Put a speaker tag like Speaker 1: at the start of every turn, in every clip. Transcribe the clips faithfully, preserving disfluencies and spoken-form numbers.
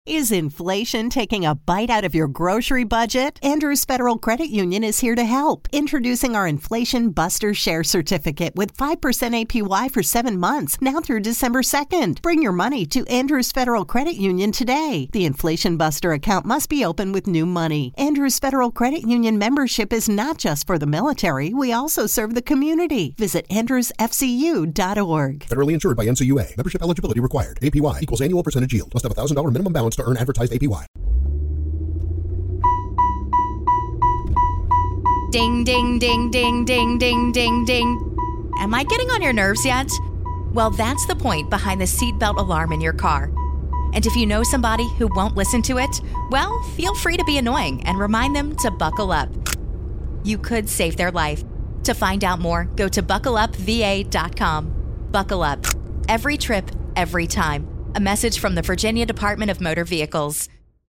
Speaker 1: Is inflation taking a bite out of your grocery budget? Andrews Federal Credit Union is here to help. Introducing our Inflation Buster Share Certificate with five percent A P Y for seven months, now through December second. Bring your money to Andrews Federal Credit Union today. The Inflation Buster account must be open with new money. Andrews Federal Credit Union membership is not just for the military. We also serve the community. Visit andrews f c u dot org.
Speaker 2: Federally insured by N C U A. Membership eligibility required. A P Y equals annual percentage yield. Must have a one thousand dollars minimum balance to earn advertised A P Y.
Speaker 3: Ding, ding, ding, ding, ding, ding, ding, ding. Am I getting on your nerves yet? Well, that's the point behind the seatbelt alarm in your car. And if you know somebody who won't listen to it, well, feel free to be annoying and remind them to buckle up. You could save their life. To find out more, go to buckle up v a dot com. Buckle up. Every trip, every time. A message from the Virginia Department of Motor Vehicles.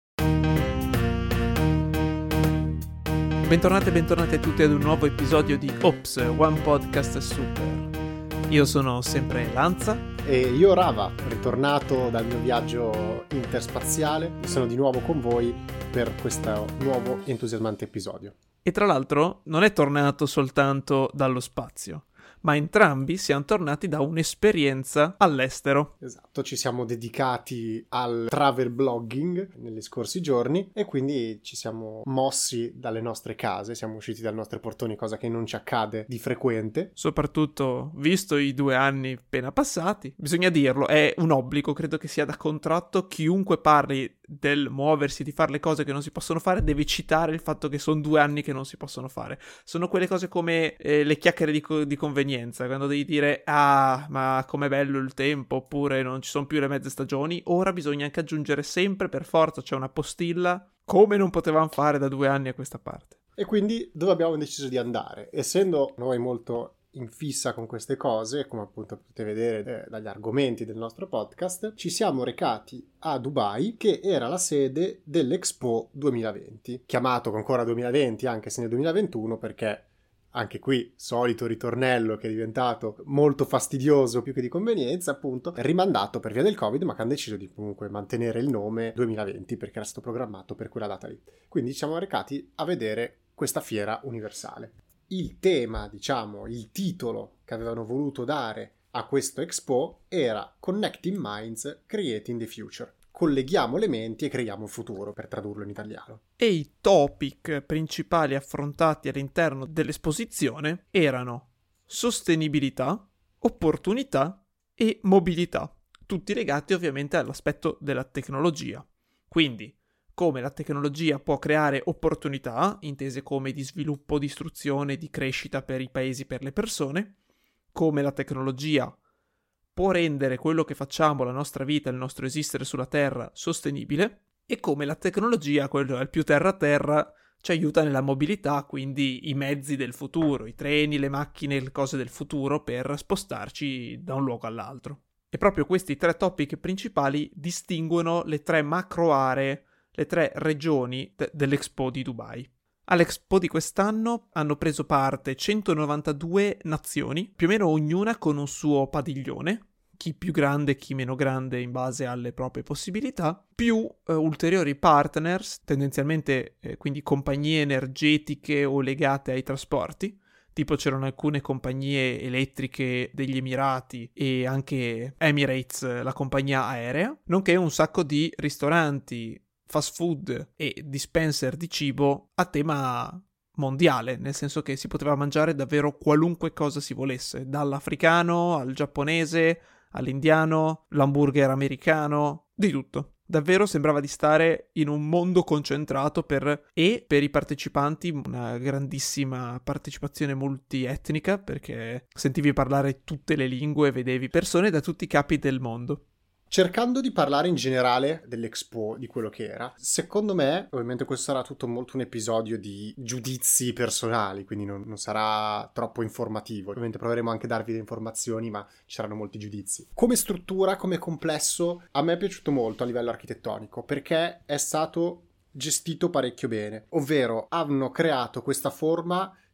Speaker 4: Bentornate e bentornati a tutti ad un nuovo episodio di Ops, One Podcast Super. Io sono sempre Lanza.
Speaker 5: E io Rava, ritornato dal mio viaggio interspaziale, sono di nuovo con voi per questo nuovo entusiasmante episodio.
Speaker 4: E tra l'altro non è tornato soltanto dallo spazio, ma entrambi siamo tornati da un'esperienza all'estero.
Speaker 5: Esatto, ci siamo dedicati al travel blogging negli scorsi giorni e quindi ci siamo mossi dalle nostre case, siamo usciti dai nostri portoni, cosa che non ci accade di frequente.
Speaker 4: Soprattutto visto i due anni appena passati, bisogna dirlo, è un obbligo, credo che sia da contratto, chiunque parli del muoversi, di fare le cose che non si possono fare, deve citare il fatto che sono due anni che non si possono fare. Sono quelle cose come eh, le chiacchiere di, co- di convenienza, quando devi dire ah, ma com'è bello il tempo, oppure non ci sono più le mezze stagioni. Ora bisogna anche aggiungere sempre, per forza, c'è una postilla, come non potevamo fare da due anni a questa parte.
Speaker 5: E quindi dove abbiamo deciso di andare? Essendo noi molto in fissa con queste cose, come appunto potete vedere dagli argomenti del nostro podcast, ci siamo recati a Dubai, che era la sede dell'Expo duemilaventi, chiamato ancora duemilaventi anche se nel duemilaventuno, perché anche qui solito ritornello che è diventato molto fastidioso più che di convenienza, appunto rimandato per via del Covid, ma che hanno deciso di comunque mantenere il nome duemilaventi perché era stato programmato per quella data lì. Quindi ci siamo recati a vedere questa fiera universale. Il tema, diciamo, il titolo che avevano voluto dare a questo Expo era Connecting Minds, Creating the Future. Colleghiamo le menti e creiamo il futuro, per tradurlo in italiano.
Speaker 4: E i topic principali affrontati all'interno dell'esposizione erano sostenibilità, opportunità e mobilità, tutti legati ovviamente all'aspetto della tecnologia. Quindi, come la tecnologia può creare opportunità, intese come di sviluppo, di istruzione, di crescita per i paesi, per le persone, come la tecnologia può rendere quello che facciamo, la nostra vita, il nostro esistere sulla Terra, sostenibile, e come la tecnologia, quello è il più terra-terra, ci aiuta nella mobilità, quindi i mezzi del futuro, i treni, le macchine, le cose del futuro per spostarci da un luogo all'altro. E proprio questi tre topic principali distinguono le tre macro aree, le tre regioni de- dell'Expo di Dubai. All'Expo di quest'anno hanno preso parte centonovantadue nazioni, più o meno ognuna con un suo padiglione, chi più grande, chi meno grande in base alle proprie possibilità, più eh, ulteriori partners, tendenzialmente eh, quindi compagnie energetiche o legate ai trasporti, tipo c'erano alcune compagnie elettriche degli Emirati e anche Emirates, la compagnia aerea, nonché un sacco di ristoranti, fast food e dispenser di cibo a tema mondiale, nel senso che si poteva mangiare davvero qualunque cosa si volesse, dall'africano al giapponese, all'indiano, l'hamburger americano, di tutto. Davvero sembrava di stare in un mondo concentrato per e per i partecipanti una grandissima partecipazione multietnica, perché sentivi parlare tutte le lingue, vedevi persone da tutti i capi del mondo.
Speaker 5: Cercando di parlare in generale dell'Expo, di quello che era, secondo me, ovviamente questo sarà tutto molto un episodio di giudizi personali, quindi non, non sarà troppo informativo. Ovviamente proveremo anche a darvi le informazioni, ma ci saranno molti giudizi. Come struttura, come complesso, a me è piaciuto molto a livello architettonico, perché è stato gestito parecchio bene. Ovvero, hanno creato questa forma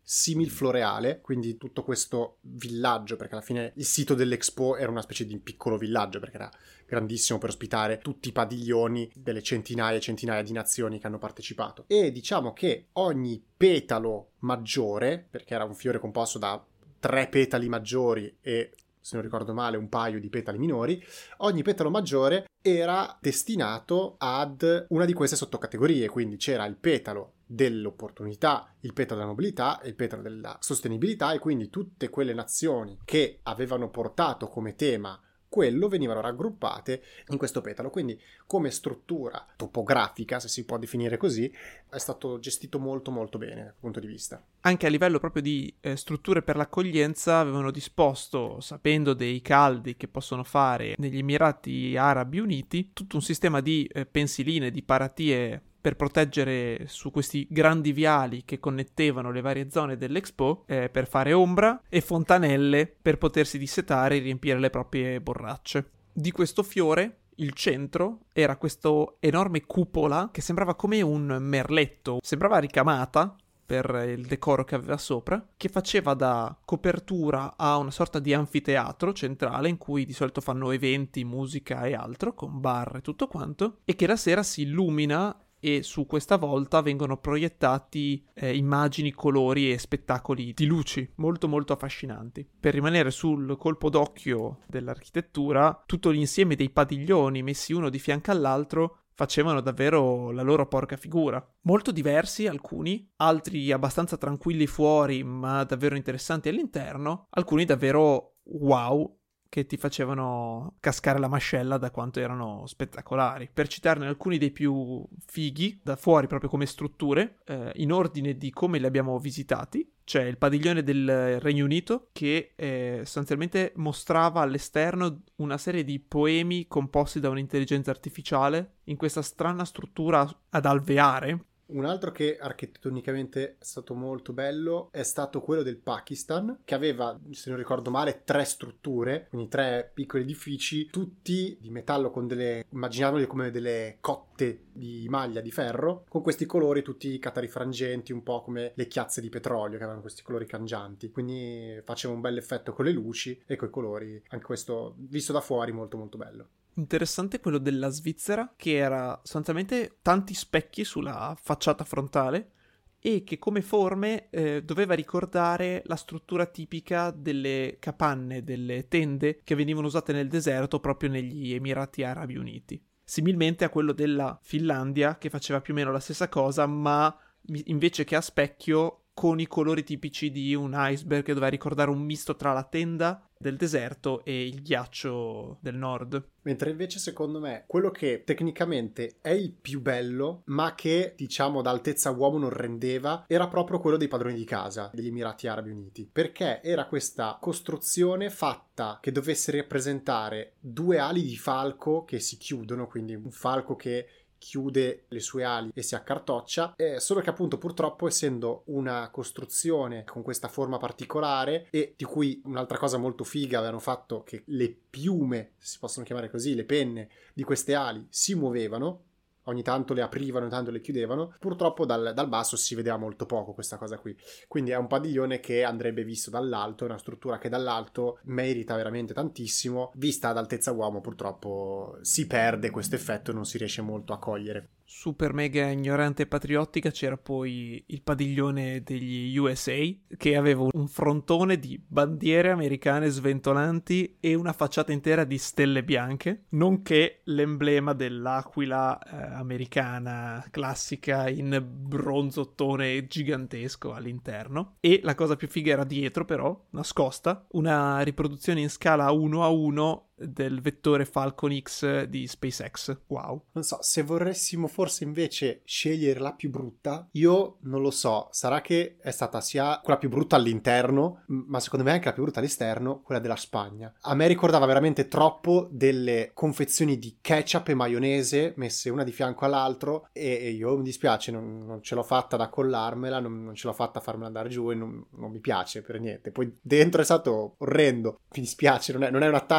Speaker 5: simil-floreale, quindi tutto questo villaggio, perché alla fine il sito dell'Expo era una specie di piccolo villaggio, perché era grandissimo per ospitare tutti i padiglioni delle centinaia e centinaia di nazioni che hanno partecipato. E diciamo che ogni petalo maggiore, perché era un fiore composto da tre petali maggiori e, se non ricordo male, un paio di petali minori, ogni petalo maggiore era destinato ad una di queste sottocategorie, quindi c'era il petalo dell'opportunità, il petalo della mobilità e il petalo della sostenibilità, e quindi tutte quelle nazioni che avevano portato come tema quello venivano raggruppate in questo petalo. Quindi come struttura topografica, se si può definire così, è stato gestito molto molto bene dal punto di vista.
Speaker 4: Anche a livello proprio di eh, strutture per l'accoglienza avevano disposto, sapendo dei caldi che possono fare negli Emirati Arabi Uniti, tutto un sistema di eh, pensiline, di paratie per proteggere su questi grandi viali che connettevano le varie zone dell'Expo, eh, per fare ombra, e fontanelle per potersi dissetare e riempire le proprie borracce. Di questo fiore, il centro era questa enorme cupola che sembrava come un merletto, sembrava ricamata per il decoro che aveva sopra, che faceva da copertura a una sorta di anfiteatro centrale in cui di solito fanno eventi, musica e altro, con bar e tutto quanto, e che la sera si illumina e su questa volta vengono proiettati eh, immagini, colori e spettacoli di luci molto molto affascinanti. Per rimanere sul colpo d'occhio dell'architettura, tutto l'insieme dei padiglioni messi uno di fianco all'altro facevano davvero la loro porca figura. Molto diversi alcuni, altri abbastanza tranquilli fuori ma davvero interessanti all'interno, alcuni davvero wow, che ti facevano cascare la mascella da quanto erano spettacolari. Per citarne alcuni dei più fighi, da fuori proprio come strutture, eh, in ordine di come li abbiamo visitati, c'è il padiglione del Regno Unito che eh, sostanzialmente mostrava all'esterno una serie di poemi composti da un'intelligenza artificiale in questa strana struttura ad alveare.
Speaker 5: Un altro che architettonicamente è stato molto bello è stato quello del Pakistan, che aveva, se non ricordo male, tre strutture, quindi tre piccoli edifici, tutti di metallo con delle, immaginavoli come delle cotte di maglia di ferro, con questi colori tutti catarifrangenti, un po' come le chiazze di petrolio che avevano questi colori cangianti, quindi faceva un bel effetto con le luci e coi colori. Anche questo, visto da fuori, molto molto bello.
Speaker 4: Interessante quello della Svizzera, che era sostanzialmente tanti specchi sulla facciata frontale e che come forme eh, doveva ricordare la struttura tipica delle capanne, delle tende che venivano usate nel deserto proprio negli Emirati Arabi Uniti. Similmente a quello della Finlandia, che faceva più o meno la stessa cosa, ma invece che a specchio con i colori tipici di un iceberg, che doveva ricordare un misto tra la tenda del deserto e il ghiaccio del nord.
Speaker 5: Mentre invece secondo me quello che tecnicamente è il più bello, ma che diciamo da altezza uomo non rendeva, era proprio quello dei padroni di casa degli Emirati Arabi Uniti, perché era questa costruzione fatta che dovesse rappresentare due ali di falco che si chiudono, quindi un falco che chiude le sue ali e si accartoccia, eh, solo che appunto purtroppo, essendo una costruzione con questa forma particolare, e di cui un'altra cosa molto figa avevano fatto che le piume, se si possono chiamare così, le penne di queste ali si muovevano, ogni tanto le aprivano, ogni tanto le chiudevano, purtroppo dal, dal basso si vedeva molto poco questa cosa qui, quindi è un padiglione che andrebbe visto dall'alto, è una struttura che dall'alto merita veramente tantissimo, vista ad altezza uomo purtroppo si perde questo effetto e non si riesce molto a cogliere.
Speaker 4: Super mega ignorante e patriottica c'era poi il padiglione degli U S A, che aveva un frontone di bandiere americane sventolanti e una facciata intera di stelle bianche, nonché l'emblema dell'aquila eh, americana classica in bronzottone gigantesco all'interno. E la cosa più figa era dietro, però, nascosta, una riproduzione in scala uno a uno del vettore Falcon X di SpaceX. Wow.
Speaker 5: Non so, se vorressimo forse invece scegliere la più brutta, io non lo so, sarà che è stata sia quella più brutta all'interno, ma secondo me anche la più brutta all'esterno, quella della Spagna. A me ricordava veramente troppo delle confezioni di ketchup e maionese messe una di fianco all'altro, e, e io mi dispiace, non, non ce l'ho fatta ad accollarmela, non, non ce l'ho fatta a farmela andare giù e non, non mi piace per niente. Poi dentro è stato orrendo, mi dispiace, non è, non è un attacco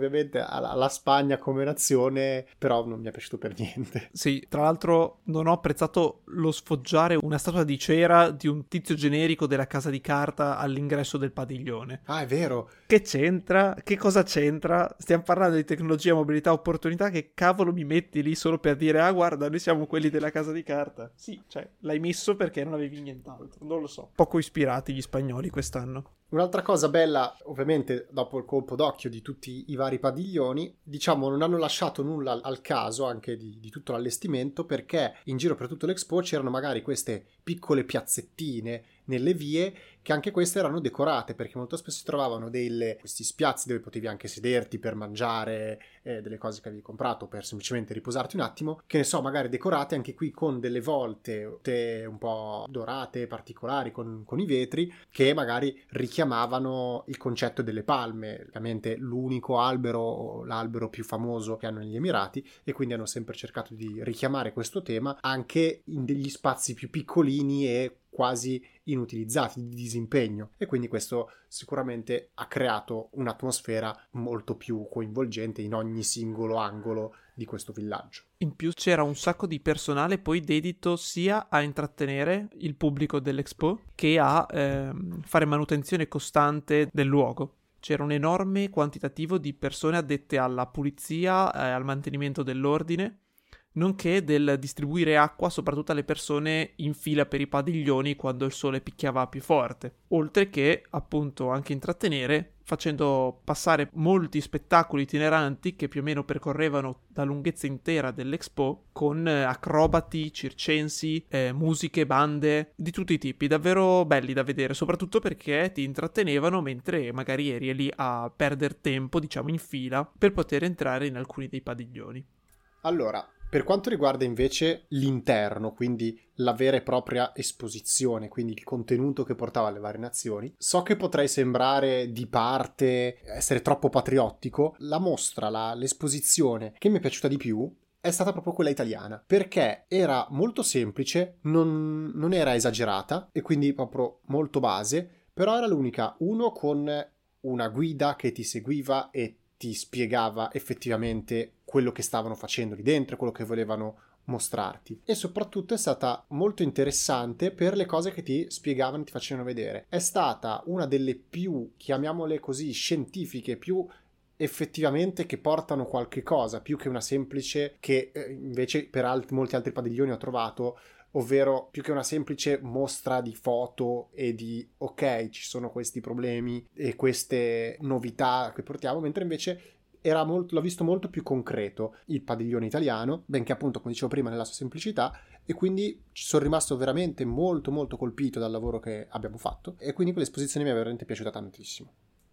Speaker 5: ovviamente alla, alla Spagna come nazione, però non mi è piaciuto per niente.
Speaker 4: Sì, tra l'altro non ho apprezzato lo sfoggiare una statua di cera di un tizio generico della Casa di Carta all'ingresso del padiglione.
Speaker 5: Ah, è vero.
Speaker 4: Che c'entra? Che cosa c'entra? Stiamo parlando di tecnologia, mobilità, opportunità, che cavolo mi metti lì solo per dire ah guarda, noi siamo quelli della Casa di Carta? Sì, cioè, l'hai messo perché non avevi nient'altro, non lo so. Poco ispirati gli spagnoli quest'anno.
Speaker 5: Un'altra cosa bella, ovviamente dopo il colpo d'occhio di tutti i vari padiglioni, diciamo non hanno lasciato nulla al caso anche di, di tutto l'allestimento, perché in giro per tutto l'Expo c'erano magari queste piccole piazzettine nelle vie che anche queste erano decorate, perché molto spesso si trovavano delle, questi spiazzi dove potevi anche sederti per mangiare eh, delle cose che avevi comprato, per semplicemente riposarti un attimo, che ne so, magari decorate anche qui con delle volte un po' dorate, particolari, con, con i vetri, che magari richiamavano il concetto delle palme, ovviamente l'unico albero, l'albero più famoso che hanno negli Emirati, e quindi hanno sempre cercato di richiamare questo tema anche in degli spazi più piccolini e quasi inutilizzati, di disimpegno, e quindi questo sicuramente ha creato un'atmosfera molto più coinvolgente in ogni singolo angolo di questo villaggio.
Speaker 4: In più c'era un sacco di personale poi dedito sia a intrattenere il pubblico dell'Expo che a ehm, fare manutenzione costante del luogo. C'era un enorme quantitativo di persone addette alla pulizia e eh, al mantenimento dell'ordine, nonché del distribuire acqua soprattutto alle persone in fila per i padiglioni quando il sole picchiava più forte, oltre che appunto anche intrattenere facendo passare molti spettacoli itineranti che più o meno percorrevano la lunghezza intera dell'Expo con eh, acrobati, circensi, eh, musiche, bande di tutti i tipi, davvero belli da vedere, soprattutto perché ti intrattenevano mentre magari eri lì a perdere tempo, diciamo, in fila per poter entrare in alcuni dei padiglioni.
Speaker 5: Allora, per quanto riguarda invece l'interno, quindi la vera e propria esposizione, quindi il contenuto che portava alle varie nazioni, so che potrei sembrare di parte, essere troppo patriottico. La mostra, la, l'esposizione che mi è piaciuta di più è stata proprio quella italiana, perché era molto semplice, non, non era esagerata e quindi proprio molto base, però era l'unica, uno con una guida che ti seguiva e ti spiegava effettivamente quello che stavano facendo lì dentro, quello che volevano mostrarti, e soprattutto è stata molto interessante per le cose che ti spiegavano e ti facevano vedere. È stata una delle più, chiamiamole così, scientifiche, più effettivamente che portano qualche cosa, più che una semplice che eh, invece per alt- molti altri padiglioni ho trovato, ovvero più che una semplice mostra di foto e di ok, ci sono questi problemi e queste novità che portiamo, mentre invece era molto, l'ho visto molto più concreto il padiglione italiano, benché appunto, come dicevo prima, nella sua semplicità, e quindi ci sono rimasto veramente molto molto colpito dal lavoro che abbiamo fatto, e quindi quell'esposizione mi è veramente piaciuta tantissimo.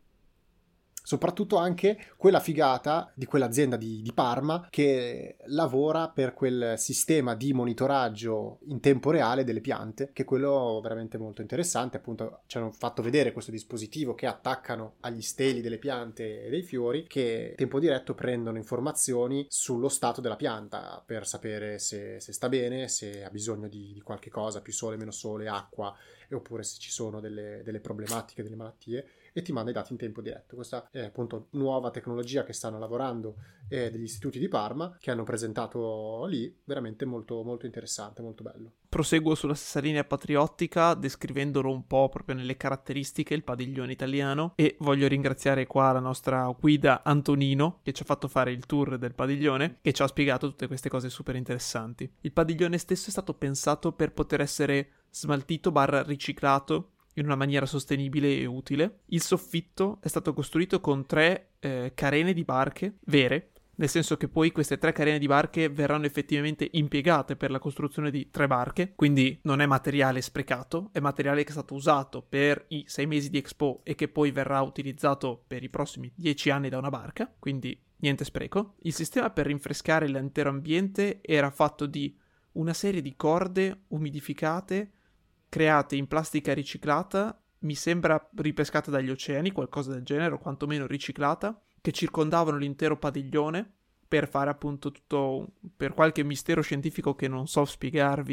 Speaker 5: Soprattutto anche quella figata di quell'azienda di, di Parma che lavora per quel sistema di monitoraggio in tempo reale delle piante, che è quello veramente molto interessante. Appunto ci hanno fatto vedere questo dispositivo che attaccano agli steli delle piante e dei fiori, che a tempo diretto prendono informazioni sullo stato della pianta per sapere se, se sta bene, se ha bisogno di, di qualche cosa, più sole, meno sole, acqua, e oppure se ci sono delle, delle problematiche, delle malattie, e ti manda i dati in tempo diretto. Questa è appunto nuova tecnologia che stanno lavorando eh, degli istituti di Parma, che hanno presentato lì, veramente molto molto interessante, molto bello.
Speaker 4: Proseguo sulla stessa linea patriottica, descrivendolo un po' proprio nelle caratteristiche, il padiglione italiano, e voglio ringraziare qua la nostra guida Antonino, che ci ha fatto fare il tour del padiglione, che ci ha spiegato tutte queste cose super interessanti. Il padiglione stesso è stato pensato per poter essere smaltito barra riciclato in una maniera sostenibile e utile. Il soffitto è stato costruito con tre eh, carene di barche vere, nel senso che poi queste tre carene di barche verranno effettivamente impiegate per la costruzione di tre barche, quindi non è materiale sprecato, è materiale che è stato usato per i sei mesi di Expo e che poi verrà utilizzato per i prossimi dieci anni da una barca, quindi niente spreco. Il sistema per rinfrescare l'intero ambiente era fatto di una serie di corde umidificate create in plastica riciclata, mi sembra ripescata dagli oceani, qualcosa del genere, o quantomeno riciclata, che circondavano l'intero padiglione per fare appunto tutto, per qualche mistero scientifico che non so spiegarvi,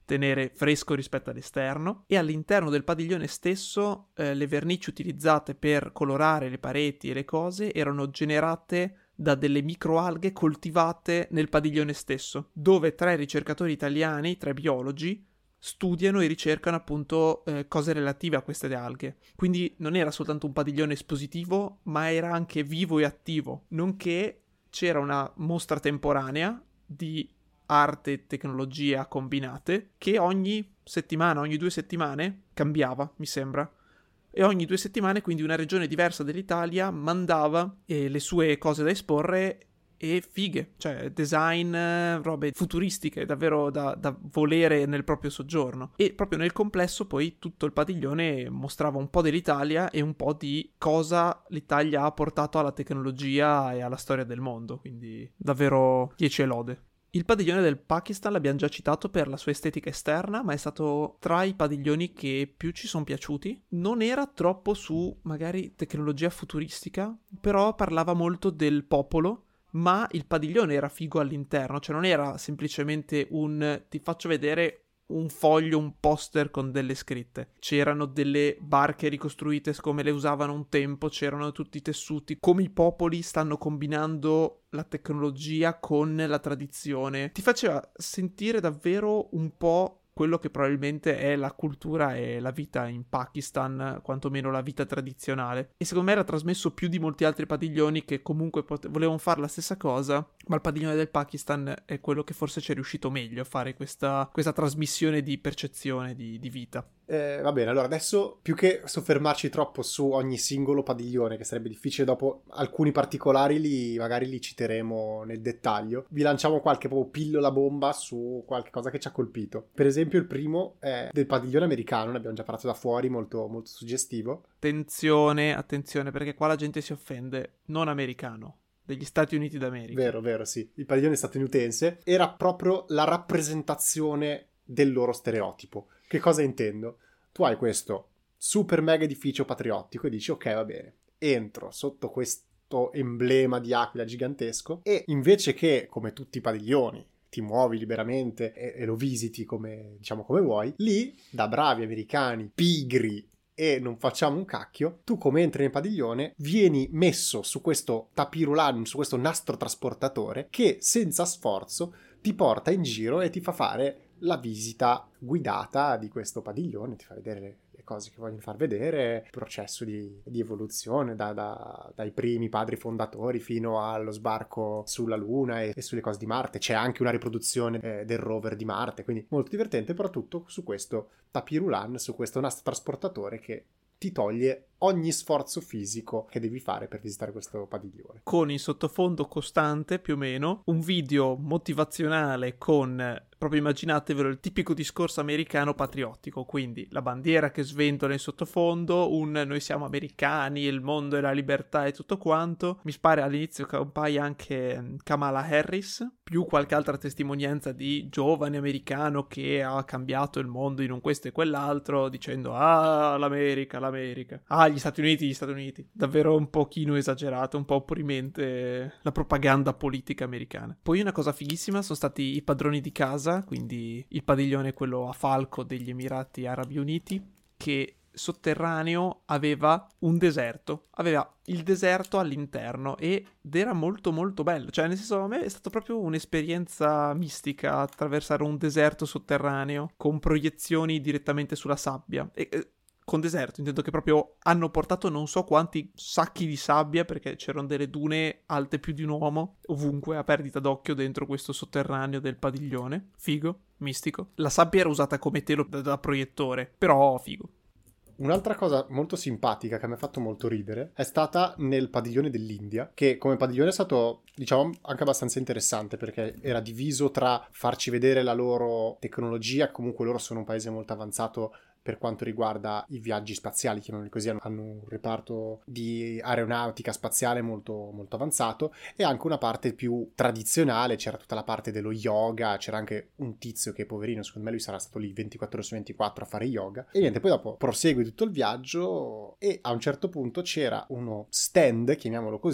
Speaker 4: tenere fresco rispetto all'esterno, e all'interno del padiglione stesso eh, le vernici utilizzate per colorare le pareti e le cose erano generate da delle microalghe coltivate nel padiglione stesso, dove tre ricercatori italiani, tre biologi, studiano e ricercano appunto eh, cose relative a queste alghe. Quindi non era soltanto un padiglione espositivo, ma era anche vivo e attivo, nonché c'era una mostra temporanea di arte e tecnologia combinate che ogni settimana, ogni due settimane cambiava, mi sembra. E ogni due settimane quindi una regione diversa dell'Italia mandava eh, le sue cose da esporre e fighe, cioè design, robe futuristiche, davvero da, da volere nel proprio soggiorno. E proprio nel complesso poi tutto il padiglione mostrava un po' dell'Italia e un po' di cosa l'Italia ha portato alla tecnologia e alla storia del mondo, quindi davvero dieci e lode. Il padiglione del Pakistan l'abbiamo già citato per la sua estetica esterna, ma è stato tra i padiglioni che più ci sono piaciuti. Non era troppo su magari tecnologia futuristica, però parlava molto del popolo, ma il padiglione era figo all'interno, cioè non era semplicemente un ti faccio vedere un foglio, un poster con delle scritte. C'erano delle barche ricostruite come le usavano un tempo, c'erano tutti i tessuti, come i popoli stanno combinando la tecnologia con la tradizione. Ti faceva sentire davvero un po' quello che probabilmente è la cultura e la vita in Pakistan, quantomeno la vita tradizionale. E secondo me era trasmesso più di molti altri padiglioni che comunque pote- volevano fare la stessa cosa, ma il padiglione del Pakistan è quello che forse ci è riuscito meglio a fare questa, questa trasmissione di percezione di, di vita.
Speaker 5: Eh, va bene, allora adesso più che soffermarci troppo su ogni singolo padiglione, che sarebbe difficile, dopo alcuni particolari li magari li citeremo nel dettaglio, vi lanciamo qualche proprio pillola bomba su qualche cosa che ci ha colpito. Per esempio il primo è del padiglione americano, ne abbiamo già parlato da fuori, molto, molto suggestivo.
Speaker 4: Attenzione, attenzione, perché qua la gente si offende, non americano, degli Stati Uniti d'America.
Speaker 5: Vero, vero, sì. Il padiglione statunitense era proprio la rappresentazione del loro stereotipo. Che cosa intendo? Tu hai questo super mega edificio patriottico e dici ok, va bene, entro sotto questo emblema di aquila gigantesco e invece che, come tutti i padiglioni, ti muovi liberamente e, e lo visiti come, diciamo, come vuoi, lì, da bravi americani, pigri e non facciamo un cacchio, tu come entri nel padiglione vieni messo su questo tapirulan, su questo nastro trasportatore che senza sforzo ti porta in giro e ti fa fare la visita guidata di questo padiglione, ti fa vedere le, le cose che vogliono far vedere, il processo di, di evoluzione da, da, dai primi padri fondatori fino allo sbarco sulla Luna e, e sulle cose di Marte. C'è anche una riproduzione eh, del rover di Marte, quindi molto divertente, però tutto su questo tapirulan, su questo nastro trasportatore che ti toglie ogni sforzo fisico che devi fare per visitare questo padiglione.
Speaker 4: Con in sottofondo costante, più o meno, un video motivazionale con, proprio immaginatevelo, il tipico discorso americano patriottico, quindi la bandiera che sventola in sottofondo, un noi siamo americani, il mondo è la libertà e tutto quanto. Mi pare all'inizio compaia anche Kamala Harris, più qualche altra testimonianza di giovane americano che ha cambiato il mondo in un questo e quell'altro, dicendo ah, l'America, l'America, ah, gli Stati Uniti, gli Stati Uniti. Davvero un pochino esagerato, un po' opprimente la propaganda politica americana. Poi una cosa fighissima sono stati i padroni di casa, quindi il padiglione quello a falco degli Emirati Arabi Uniti, che sotterraneo aveva un deserto, aveva il deserto all'interno ed era molto molto bello, cioè nel senso a me è stata proprio un'esperienza mistica attraversare un deserto sotterraneo con proiezioni direttamente sulla sabbia e eh, con deserto intendo che proprio hanno portato non so quanti sacchi di sabbia, perché c'erano delle dune alte più di un uomo ovunque a perdita d'occhio dentro questo sotterraneo del padiglione. Figo, mistico. La sabbia era usata come telo da, da proiettore, però figo.
Speaker 5: Un'altra cosa molto simpatica che mi ha fatto molto ridere è stata nel padiglione dell'India, che come padiglione è stato, diciamo, anche abbastanza interessante perché era diviso tra farci vedere la loro tecnologia, comunque loro sono un paese molto avanzato per quanto riguarda i viaggi spaziali, chiamiamoli così, hanno un reparto di aeronautica spaziale molto, molto avanzato, e anche una parte più tradizionale, c'era tutta la parte dello yoga, c'era anche un tizio che poverino, secondo me lui sarà stato lì ventiquattro ore su ventiquattro a fare yoga, e niente, poi dopo prosegue tutto il viaggio e a un certo punto c'era uno stand, chiamiamolo così,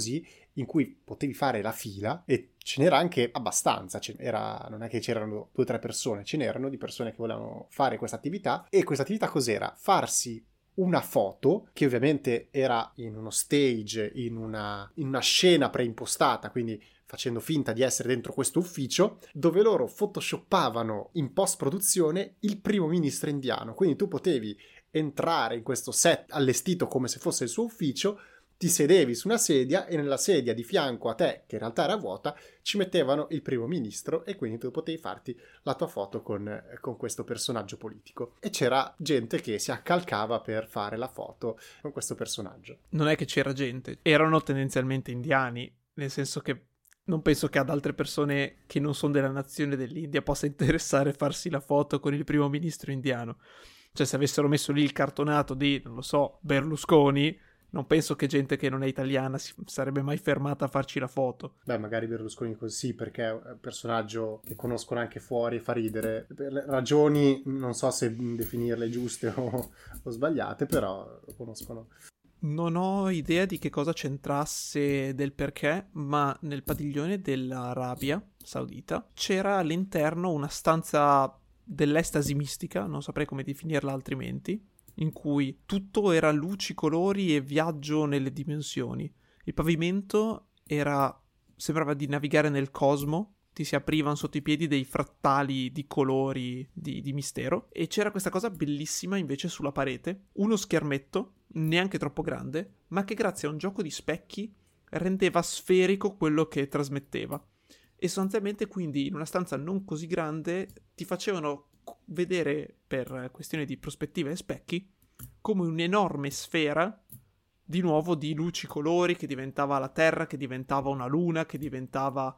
Speaker 5: in cui potevi fare la fila e ce n'era anche abbastanza, era, non è che c'erano due o tre persone, ce n'erano di persone che volevano fare questa attività. E questa attività cos'era? Farsi una foto che ovviamente era in uno stage, in una, in una scena preimpostata, quindi facendo finta di essere dentro questo ufficio, dove loro photoshoppavano in post-produzione il primo ministro indiano. Quindi tu potevi entrare in questo set allestito come se fosse il suo ufficio, ti sedevi su una sedia e nella sedia di fianco a te, che in realtà era vuota, ci mettevano il primo ministro e quindi tu potevi farti la tua foto con, con questo personaggio politico. E c'era gente che si accalcava per fare la foto con questo personaggio.
Speaker 4: Non è che c'era gente, erano tendenzialmente indiani, nel senso che non penso che ad altre persone che non sono della nazione dell'India possa interessare farsi la foto con il primo ministro indiano. Cioè, se avessero messo lì il cartonato di, non lo so, Berlusconi, non penso che gente che non è italiana si sarebbe mai fermata a farci la foto.
Speaker 5: Beh, magari Berlusconi così, perché è un personaggio che conoscono anche fuori e fa ridere. Per ragioni, non so se definirle giuste o, o sbagliate, però lo conoscono.
Speaker 4: Non ho idea di che cosa c'entrasse del perché, ma nel padiglione dell'Arabia Saudita c'era all'interno una stanza dell'estasi mistica, non saprei come definirla altrimenti, in cui tutto era luci, colori e viaggio nelle dimensioni. Il pavimento era, sembrava di navigare nel cosmo, ti si aprivano sotto i piedi dei frattali di colori di, di mistero, e c'era questa cosa bellissima invece sulla parete, uno schermetto, neanche troppo grande, ma che grazie a un gioco di specchi rendeva sferico quello che trasmetteva. E sostanzialmente quindi in una stanza non così grande ti facevano vedere, per questione di prospettiva e specchi, come un'enorme sfera di nuovo di luci, colori, che diventava la Terra, che diventava una luna, che diventava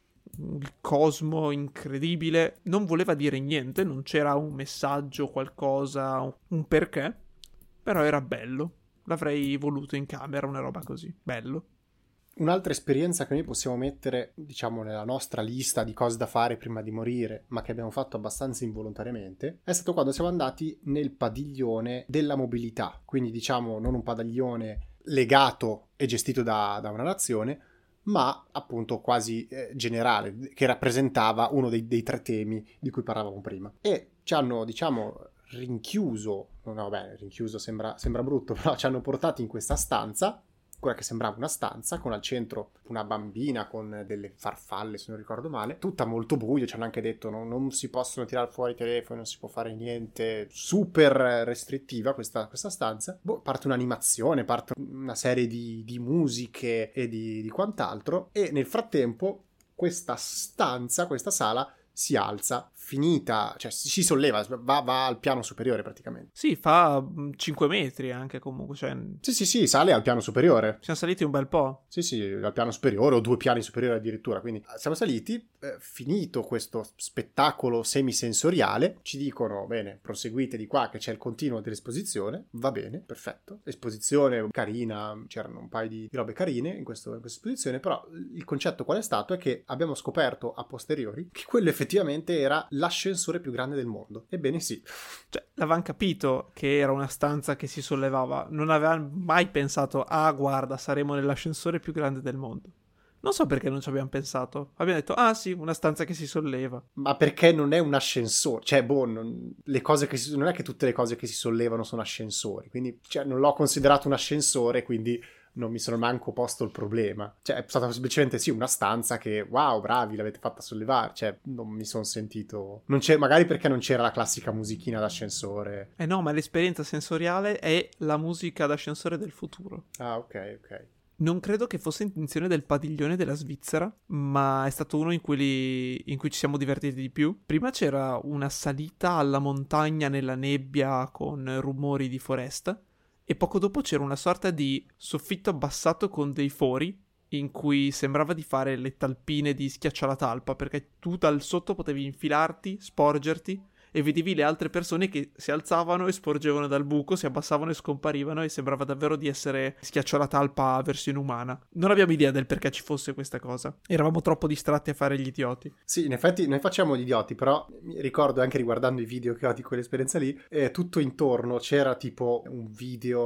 Speaker 4: il cosmo incredibile. Non voleva dire niente, non c'era un messaggio, qualcosa, un perché, però era bello. L'avrei voluto in camera, una roba così, bello.
Speaker 5: Un'altra esperienza che noi possiamo mettere, diciamo, nella nostra lista di cose da fare prima di morire, ma che abbiamo fatto abbastanza involontariamente, è stato quando siamo andati nel padiglione della mobilità. Quindi, diciamo, non un padiglione legato e gestito da, da una nazione, ma appunto quasi eh, generale, che rappresentava uno dei, dei tre temi di cui parlavamo prima. E ci hanno, diciamo, rinchiuso, no, vabbè, rinchiuso sembra, sembra brutto, però ci hanno portati in questa stanza, quella che sembrava una stanza, con al centro una bambina con delle farfalle, se non ricordo male, tutta molto buio. Ci hanno anche detto no, non si possono tirare fuori i telefoni, non si può fare niente, super restrittiva questa, questa stanza. Boh, parte un'animazione, parte una serie di, di musiche e di, di quant'altro, e nel frattempo questa stanza, questa sala si alza, finita, cioè si solleva, va, va al piano superiore praticamente.
Speaker 4: Sì, fa cinque metri anche comunque, cioè...
Speaker 5: Sì, sì, sì, sale al piano superiore.
Speaker 4: Siamo saliti un bel po'.
Speaker 5: Sì, sì, al piano superiore o due piani superiori addirittura, quindi siamo saliti, eh, finito questo spettacolo semisensoriale, ci dicono, bene, proseguite di qua che c'è il continuo dell'esposizione, va bene, perfetto, esposizione carina, c'erano un paio di robe carine in, questo, in questa esposizione, però il concetto qual è stato è che abbiamo scoperto a posteriori che quello effettivamente era l'ascensore più grande del mondo. Ebbene sì.
Speaker 4: Cioè, l'avevano capito che era una stanza che si sollevava, non avevano mai pensato, ah guarda, saremo nell'ascensore più grande del mondo. Non so perché non ci abbiamo pensato. Abbiamo detto, ah sì, una stanza che si solleva.
Speaker 5: Ma perché non è un ascensore? Cioè, boh, non, le cose che si, non è che tutte le cose che si sollevano sono ascensori, quindi cioè, non l'ho considerato un ascensore, quindi non mi sono manco posto il problema. Cioè, è stata semplicemente sì una stanza che, wow, bravi, l'avete fatta sollevare. Cioè, non mi sono sentito... Non c'è, magari perché non c'era la classica musichina d'ascensore.
Speaker 4: Eh no, ma l'esperienza sensoriale è la musica d'ascensore del futuro.
Speaker 5: Ah, ok, ok.
Speaker 4: Non credo che fosse intenzione del padiglione della Svizzera, ma è stato uno in quelli in cui ci siamo divertiti di più. Prima c'era una salita alla montagna nella nebbia con rumori di foresta, e poco dopo c'era una sorta di soffitto abbassato con dei fori in cui sembrava di fare le talpine di Schiaccialatalpa, perché tu dal sotto potevi infilarti, sporgerti e vedevi le altre persone che si alzavano e sporgevano dal buco, si abbassavano e scomparivano, e sembrava davvero di essere Schiaccialatalpa versione umana. Non abbiamo idea del perché ci fosse questa cosa. Eravamo troppo distratti a fare gli idioti.
Speaker 5: Sì, in effetti noi facciamo gli idioti, però mi ricordo anche riguardando i video che ho di quell'esperienza lì, eh, tutto intorno c'era tipo un video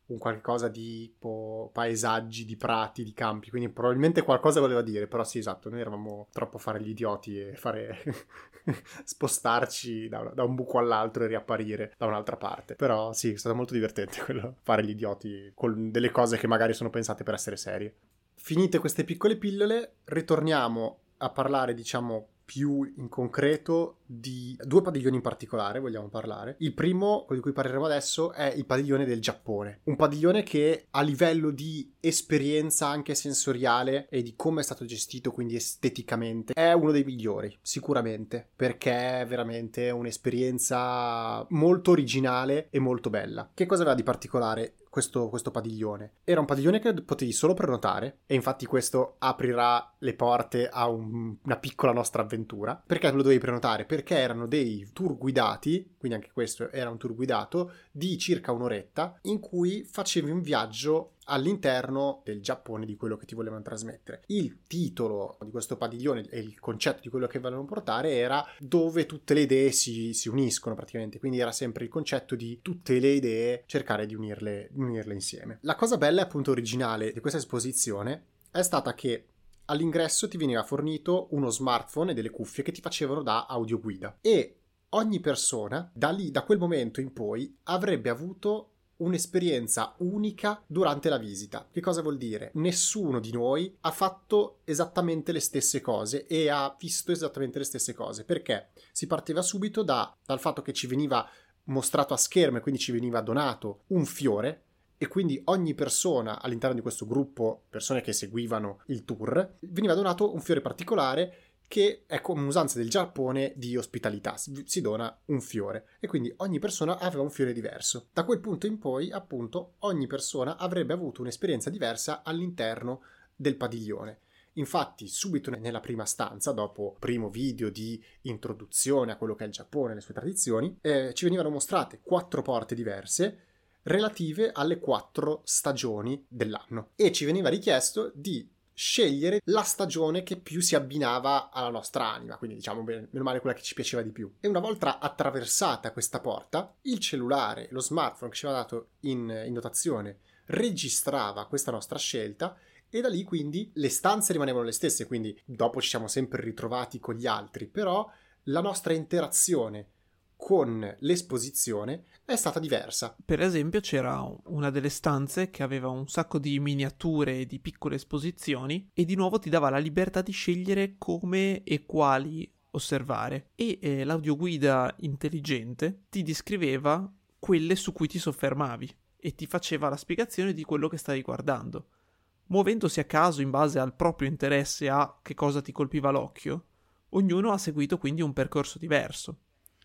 Speaker 5: un qualcosa di tipo paesaggi, di prati, di campi, quindi probabilmente qualcosa voleva dire, però sì, esatto, noi eravamo troppo a fare gli idioti e fare spostarci da, da un buco all'altro e riapparire da un'altra parte. Però sì, è stato molto divertente quello, fare gli idioti con delle cose che magari sono pensate per essere serie. Finite queste piccole pillole, ritorniamo a parlare, diciamo, più in concreto di due padiglioni in particolare vogliamo parlare. Il primo, quello di cui parleremo adesso, è il padiglione del Giappone. Un padiglione che a livello di esperienza anche sensoriale e di come è stato gestito, quindi esteticamente, è uno dei migliori, sicuramente, perché è veramente un'esperienza molto originale e molto bella. Che cosa aveva di particolare Questo, questo padiglione? Era un padiglione che potevi solo prenotare, e infatti questo aprirà le porte a un, una piccola nostra avventura. Perché lo dovevi prenotare? Perché erano dei tour guidati, quindi anche questo era un tour guidato, di circa un'oretta, in cui facevi un viaggio all'interno del Giappone, di quello che ti volevano trasmettere. Il titolo di questo padiglione e il concetto di quello che volevano portare era dove tutte le idee si, si uniscono praticamente, quindi era sempre il concetto di tutte le idee cercare di unirle, di unirle insieme. La cosa bella e appunto originale di questa esposizione è stata che all'ingresso ti veniva fornito uno smartphone e delle cuffie che ti facevano da audioguida, e ogni persona da lì, da quel momento in poi, avrebbe avuto un'esperienza unica durante la visita. Che cosa vuol dire? Nessuno di noi ha fatto esattamente le stesse cose e ha visto esattamente le stesse cose, perché si partiva subito da, dal fatto che ci veniva mostrato a schermo e quindi ci veniva donato un fiore, e quindi ogni persona all'interno di questo gruppo, persone che seguivano il tour, veniva donato un fiore particolare che è come un'usanza del Giappone di ospitalità, si dona un fiore, e quindi ogni persona aveva un fiore diverso. Da quel punto in poi, appunto, ogni persona avrebbe avuto un'esperienza diversa all'interno del padiglione. Infatti, subito nella prima stanza, dopo il primo video di introduzione a quello che è il Giappone e le sue tradizioni, eh, ci venivano mostrate quattro porte diverse relative alle quattro stagioni dell'anno, e ci veniva richiesto di scegliere la stagione che più si abbinava alla nostra anima, quindi diciamo meno male quella che ci piaceva di più. E una volta attraversata questa porta, il cellulare, lo smartphone che ci aveva dato in, in dotazione registrava questa nostra scelta, e da lì quindi le stanze rimanevano le stesse, quindi dopo ci siamo sempre ritrovati con gli altri, però la nostra interazione con l'esposizione è stata diversa.
Speaker 4: Per esempio c'era una delle stanze che aveva un sacco di miniature e di piccole esposizioni, e di nuovo ti dava la libertà di scegliere come e quali osservare, e eh, l'audioguida intelligente ti descriveva quelle su cui ti soffermavi e ti faceva la spiegazione di quello che stavi guardando, muovendosi a caso in base al proprio interesse a che cosa ti colpiva l'occhio. Ognuno ha seguito quindi un percorso diverso,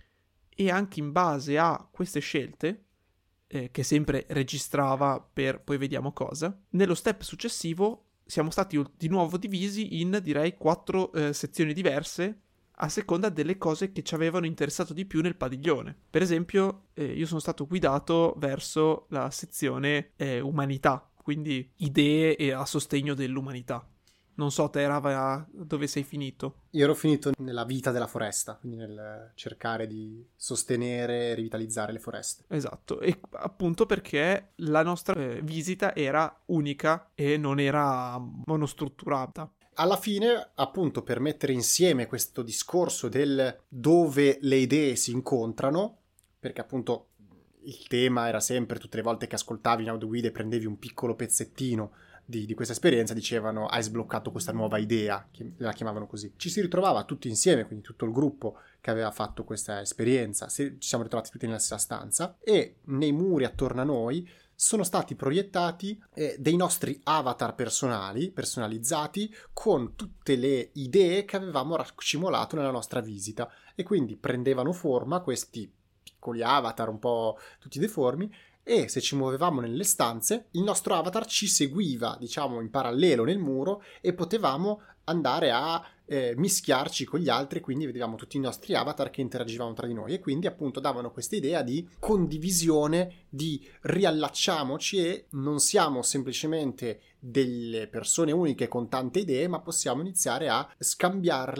Speaker 4: e anche in base a queste scelte, eh, che sempre registrava per poi vediamo cosa, nello step successivo siamo stati di nuovo divisi in, direi, quattro eh, sezioni diverse a seconda delle cose che ci avevano interessato di più nel padiglione. Per esempio, eh, io sono stato guidato verso la sezione eh, umanità, quindi idee e a sostegno dell'umanità. Non so, te Rava, dove sei finito?
Speaker 5: Io ero finito nella vita della foresta, quindi nel cercare di sostenere e rivitalizzare le foreste.
Speaker 4: Esatto, e appunto perché la nostra eh, visita era unica e non era monostrutturata.
Speaker 5: Alla fine, appunto, per mettere insieme questo discorso del dove le idee si incontrano, perché appunto il tema era sempre, tutte le volte che ascoltavi in audioguida e prendevi un piccolo pezzettino Di, di questa esperienza, dicevano hai sbloccato questa nuova idea, che la chiamavano così. Ci si ritrovava tutti insieme, quindi tutto il gruppo che aveva fatto questa esperienza, ci siamo ritrovati tutti nella stessa stanza, e nei muri attorno a noi sono stati proiettati eh, dei nostri avatar personali, personalizzati, con tutte le idee che avevamo raccimolato nella nostra visita, e quindi prendevano forma questi piccoli avatar un po' tutti deformi, e se ci muovevamo nelle stanze il nostro avatar ci seguiva, diciamo, in parallelo nel muro, e potevamo andare a eh, mischiarci con gli altri, quindi vedevamo tutti i nostri avatar che interagivano tra di noi, e quindi appunto davano questa idea di condivisione, di riallacciamoci e non siamo semplicemente delle persone uniche con tante idee, ma possiamo iniziare a scambiarle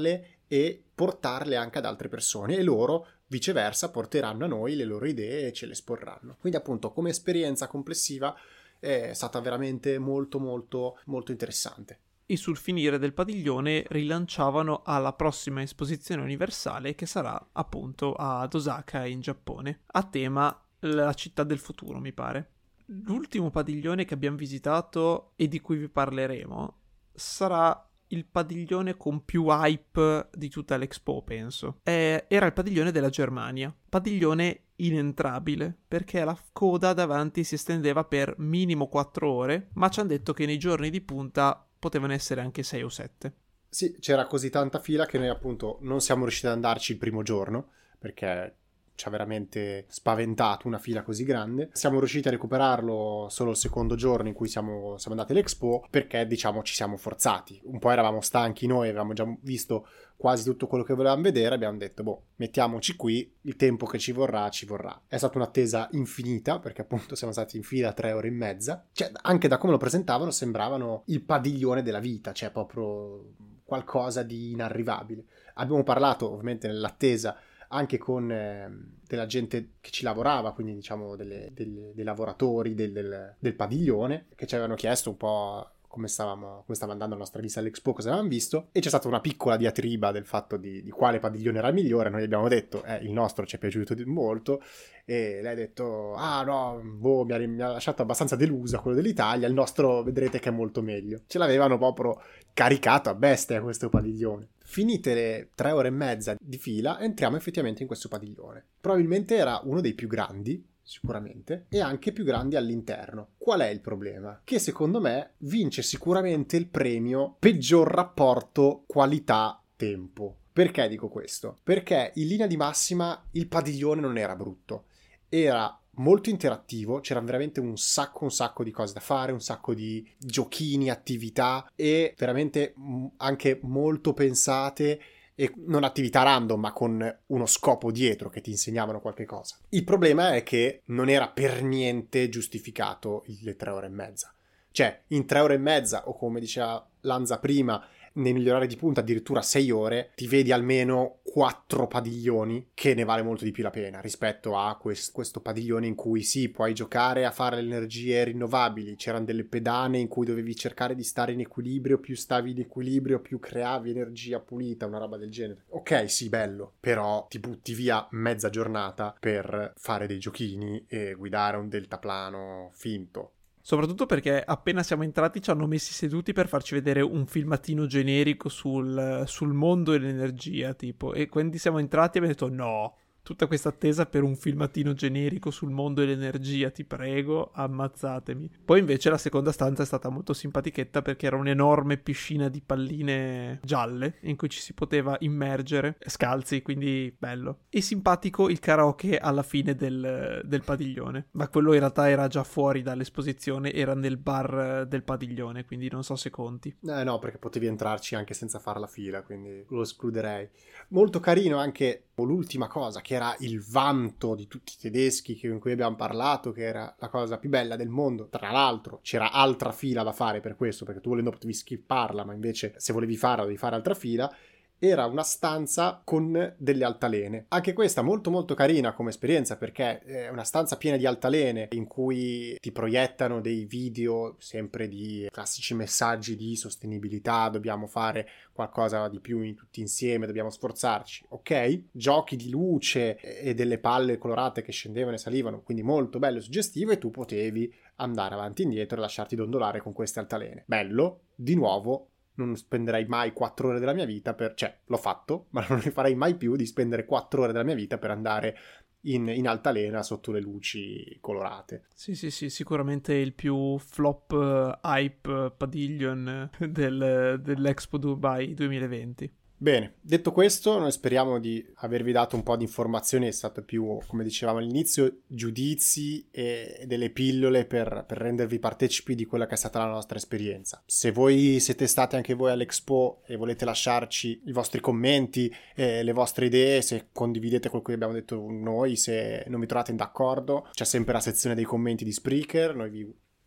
Speaker 5: e portarle anche ad altre persone, e loro viceversa porteranno a noi le loro idee e ce le esporranno. Quindi appunto come esperienza complessiva è stata veramente molto molto molto interessante.
Speaker 4: E sul finire del padiglione rilanciavano alla prossima esposizione universale, che sarà appunto ad Osaka in Giappone, a tema la città del futuro, mi pare. L'ultimo padiglione che abbiamo visitato e di cui vi parleremo sarà il padiglione con più hype di tutta l'Expo, penso. Eh, era il padiglione della Germania. Padiglione inentrabile, perché la coda davanti si estendeva per minimo quattro ore, ma ci hanno detto che nei giorni di punta potevano essere anche sei o sette.
Speaker 5: Sì, c'era così tanta fila che noi appunto non siamo riusciti ad andarci il primo giorno, perché ci ha veramente spaventato una fila così grande. Siamo riusciti a recuperarlo solo il secondo giorno in cui siamo, siamo andati all'Expo, perché diciamo ci siamo forzati. Un po' eravamo stanchi noi, avevamo già visto quasi tutto quello che volevamo vedere, abbiamo detto boh, mettiamoci qui, il tempo che ci vorrà ci vorrà. È stata un'attesa infinita, perché appunto siamo stati in fila tre ore e mezza. Cioè, anche da come lo presentavano sembravano il padiglione della vita, cioè proprio qualcosa di inarrivabile. Abbiamo parlato ovviamente nell'attesa anche con eh, della gente che ci lavorava, quindi diciamo delle, delle, dei lavoratori del, del, del padiglione, che ci avevano chiesto un po' come stavamo come stava andando la nostra visita all'Expo, cosa avevamo visto, e c'è stata una piccola diatriba del fatto di, di quale padiglione era il migliore. Noi abbiamo detto eh, il nostro ci è piaciuto molto, e lei ha detto ah no, boh, mi ha, mi ha lasciato abbastanza delusa quello dell'Italia, il nostro vedrete che è molto meglio. Ce l'avevano proprio caricato a bestia questo padiglione. Finite le tre ore e mezza di fila, entriamo effettivamente in questo padiglione. Probabilmente era uno dei più grandi, sicuramente, e anche più grandi all'interno. Qual è il problema? Che secondo me vince sicuramente il premio peggior rapporto qualità-tempo. Perché dico questo? Perché in linea di massima il padiglione non era brutto, era molto interattivo, c'era veramente un sacco un sacco di cose da fare, un sacco di giochini, attività, e veramente anche molto pensate, e non attività random ma con uno scopo dietro, che ti insegnavano qualche cosa. Il problema è che non era per niente giustificato le tre ore e mezza. Cioè in tre ore e mezza, o come diceva Lanza prima, nei migliori orari di punta addirittura sei ore, ti vedi almeno quattro padiglioni, che ne vale molto di più la pena rispetto a quest- questo padiglione in cui sì, puoi giocare a fare le energie rinnovabili, c'erano delle pedane in cui dovevi cercare di stare in equilibrio, più stavi in equilibrio più creavi energia pulita, una roba del genere. Ok, sì, bello, però ti butti via mezza giornata per fare dei giochini e guidare un deltaplano finto.
Speaker 4: Soprattutto perché appena siamo entrati ci hanno messi seduti per farci vedere un filmatino generico sul, sul mondo e l'energia, tipo. E quindi siamo entrati e abbiamo detto no, tutta questa attesa per un filmatino generico sul mondo e l'energia, ti prego, ammazzatemi. Poi invece la seconda stanza è stata molto simpatichetta, perché era un'enorme piscina di palline gialle in cui ci si poteva immergere scalzi, quindi bello. E simpatico il karaoke alla fine del, del padiglione, ma quello in realtà era già fuori dall'esposizione, era nel bar del padiglione, quindi non so se conti.
Speaker 5: Eh no, perché potevi entrarci anche senza fare la fila, quindi lo escluderei. Molto carino anche l'ultima cosa, che era il vanto di tutti i tedeschi che, in cui abbiamo parlato, che era la cosa più bella del mondo. Tra l'altro c'era altra fila da fare per questo, perché tu volendo potevi skipparla, ma invece se volevi farla devi fare altra fila. Era una stanza con delle altalene. Anche questa molto molto carina come esperienza, perché è una stanza piena di altalene in cui ti proiettano dei video sempre di classici messaggi di sostenibilità, dobbiamo fare qualcosa di più in, tutti insieme, dobbiamo sforzarci, ok? Giochi di luce e delle palle colorate che scendevano e salivano, quindi molto bello e suggestivo, e tu potevi andare avanti e indietro e lasciarti dondolare con queste altalene. Bello, di nuovo. Non spenderei mai quattro ore della mia vita per... Cioè, l'ho fatto, ma non ne farei mai più di spendere quattro ore della mia vita per andare in, in altalena sotto le luci colorate.
Speaker 4: Sì, sì, sì, sicuramente il più flop uh, hype uh, padiglion del, dell'Expo Dubai duemilaventi.
Speaker 5: Bene, detto questo, noi speriamo di avervi dato un po' di informazioni, è stato più, come dicevamo all'inizio, giudizi e delle pillole per, per rendervi partecipi di quella che è stata la nostra esperienza. Se voi siete stati anche voi all'Expo e volete lasciarci i vostri commenti, eh, le vostre idee, se condividete quello che abbiamo detto noi, se non vi trovate d'accordo, c'è sempre la sezione dei commenti di Spreaker, noi vi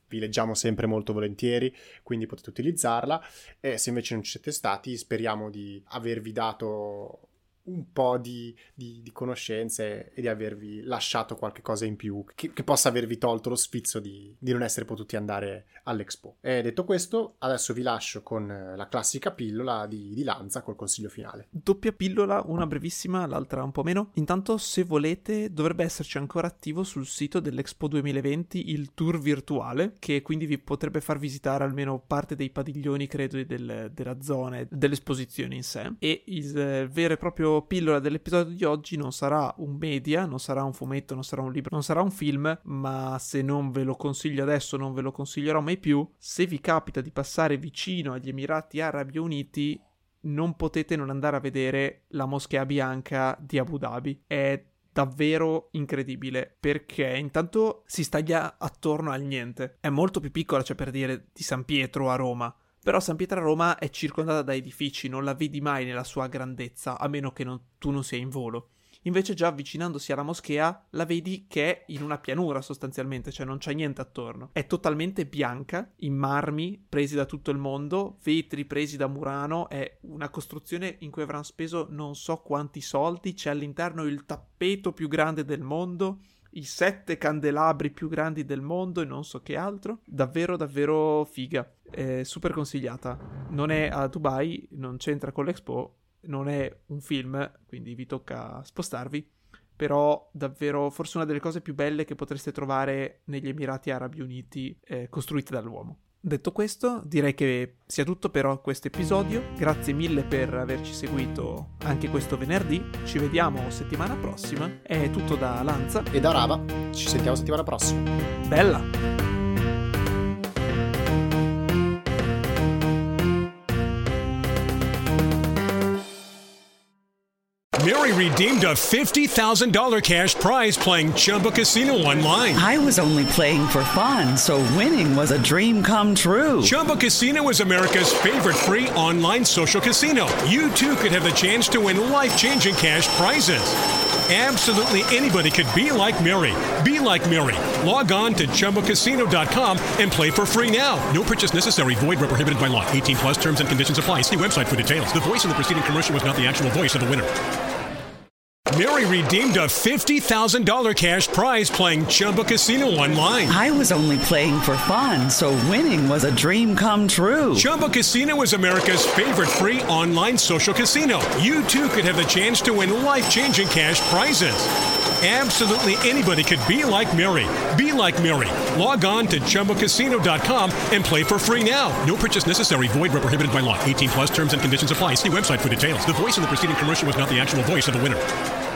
Speaker 5: vi leggiamo sempre molto volentieri, quindi potete utilizzarla. E se invece non ci siete stati, speriamo di avervi dato un po' di, di, di conoscenze e di avervi lasciato qualche cosa in più che, che possa avervi tolto lo sfizio di, di non essere potuti andare all'Expo. E detto questo, adesso vi lascio con la classica pillola di, di Lanza col consiglio finale.
Speaker 4: Doppia pillola, una brevissima, l'altra un po' meno. Intanto, se volete, dovrebbe esserci ancora attivo sul sito dell'Expo duemilaventi il tour virtuale, che quindi vi potrebbe far visitare almeno parte dei padiglioni, credo, del, della zona, dell'esposizione in sé. E il eh, vero e proprio pillola dell'episodio di oggi non sarà un media, non sarà un fumetto, non sarà un libro, non sarà un film, ma se non ve lo consiglio adesso non ve lo consiglierò mai più. Se vi capita di passare vicino agli Emirati Arabi Uniti, non potete non andare a vedere la Moschea Bianca di Abu Dhabi. È davvero incredibile, perché intanto si staglia attorno al niente. È molto più piccola, cioè per dire, di San Pietro a Roma. Però San Pietro a Roma è circondata da edifici, non la vedi mai nella sua grandezza, a meno che non, tu non sia in volo. Invece già avvicinandosi alla moschea la vedi che è in una pianura sostanzialmente, cioè non c'è niente attorno. È totalmente bianca, in marmi presi da tutto il mondo, vetri presi da Murano, è una costruzione in cui avranno speso non so quanti soldi, c'è all'interno il tappeto più grande del mondo, i sette candelabri più grandi del mondo e non so che altro. Davvero davvero figa, è super consigliata. Non è a Dubai, non c'entra con l'Expo, non è un film, quindi vi tocca spostarvi, però davvero forse una delle cose più belle che potreste trovare negli Emirati Arabi Uniti, eh, costruite dall'uomo. Detto questo, direi che sia tutto per questo episodio. Grazie mille per averci seguito anche questo venerdì. Ci vediamo settimana prossima. È tutto da Lanza
Speaker 5: e da Rava. Ci sentiamo settimana prossima.
Speaker 4: Bella!
Speaker 6: Mary redeemed a fifty thousand dollars cash prize playing Chumba Casino online.
Speaker 7: I was only playing for fun, so winning was a dream come true.
Speaker 6: Chumba Casino is America's favorite free online social casino. You too could have the chance to win life-changing cash prizes. Absolutely anybody could be like Mary. Be like Mary. Log on to Chumba Casino dot com and play for free now. No purchase necessary. Void where prohibited by law. eighteen plus terms and conditions apply. See website for details. The voice in the preceding commercial was not the actual voice of the winner. Mary redeemed a fifty thousand dollars cash prize playing Chumba Casino online.
Speaker 7: I was only playing for fun, so winning was a dream come true.
Speaker 6: Chumba Casino is America's favorite free online social casino. You too could have the chance to win life-changing cash prizes. Absolutely anybody could be like Mary. Be like Mary. Log on to Chumba Casino dot com and play for free now. No purchase necessary. Void where prohibited by law. eighteen plus terms and conditions apply. See website for details. The voice in the preceding commercial was not the actual voice of the winner.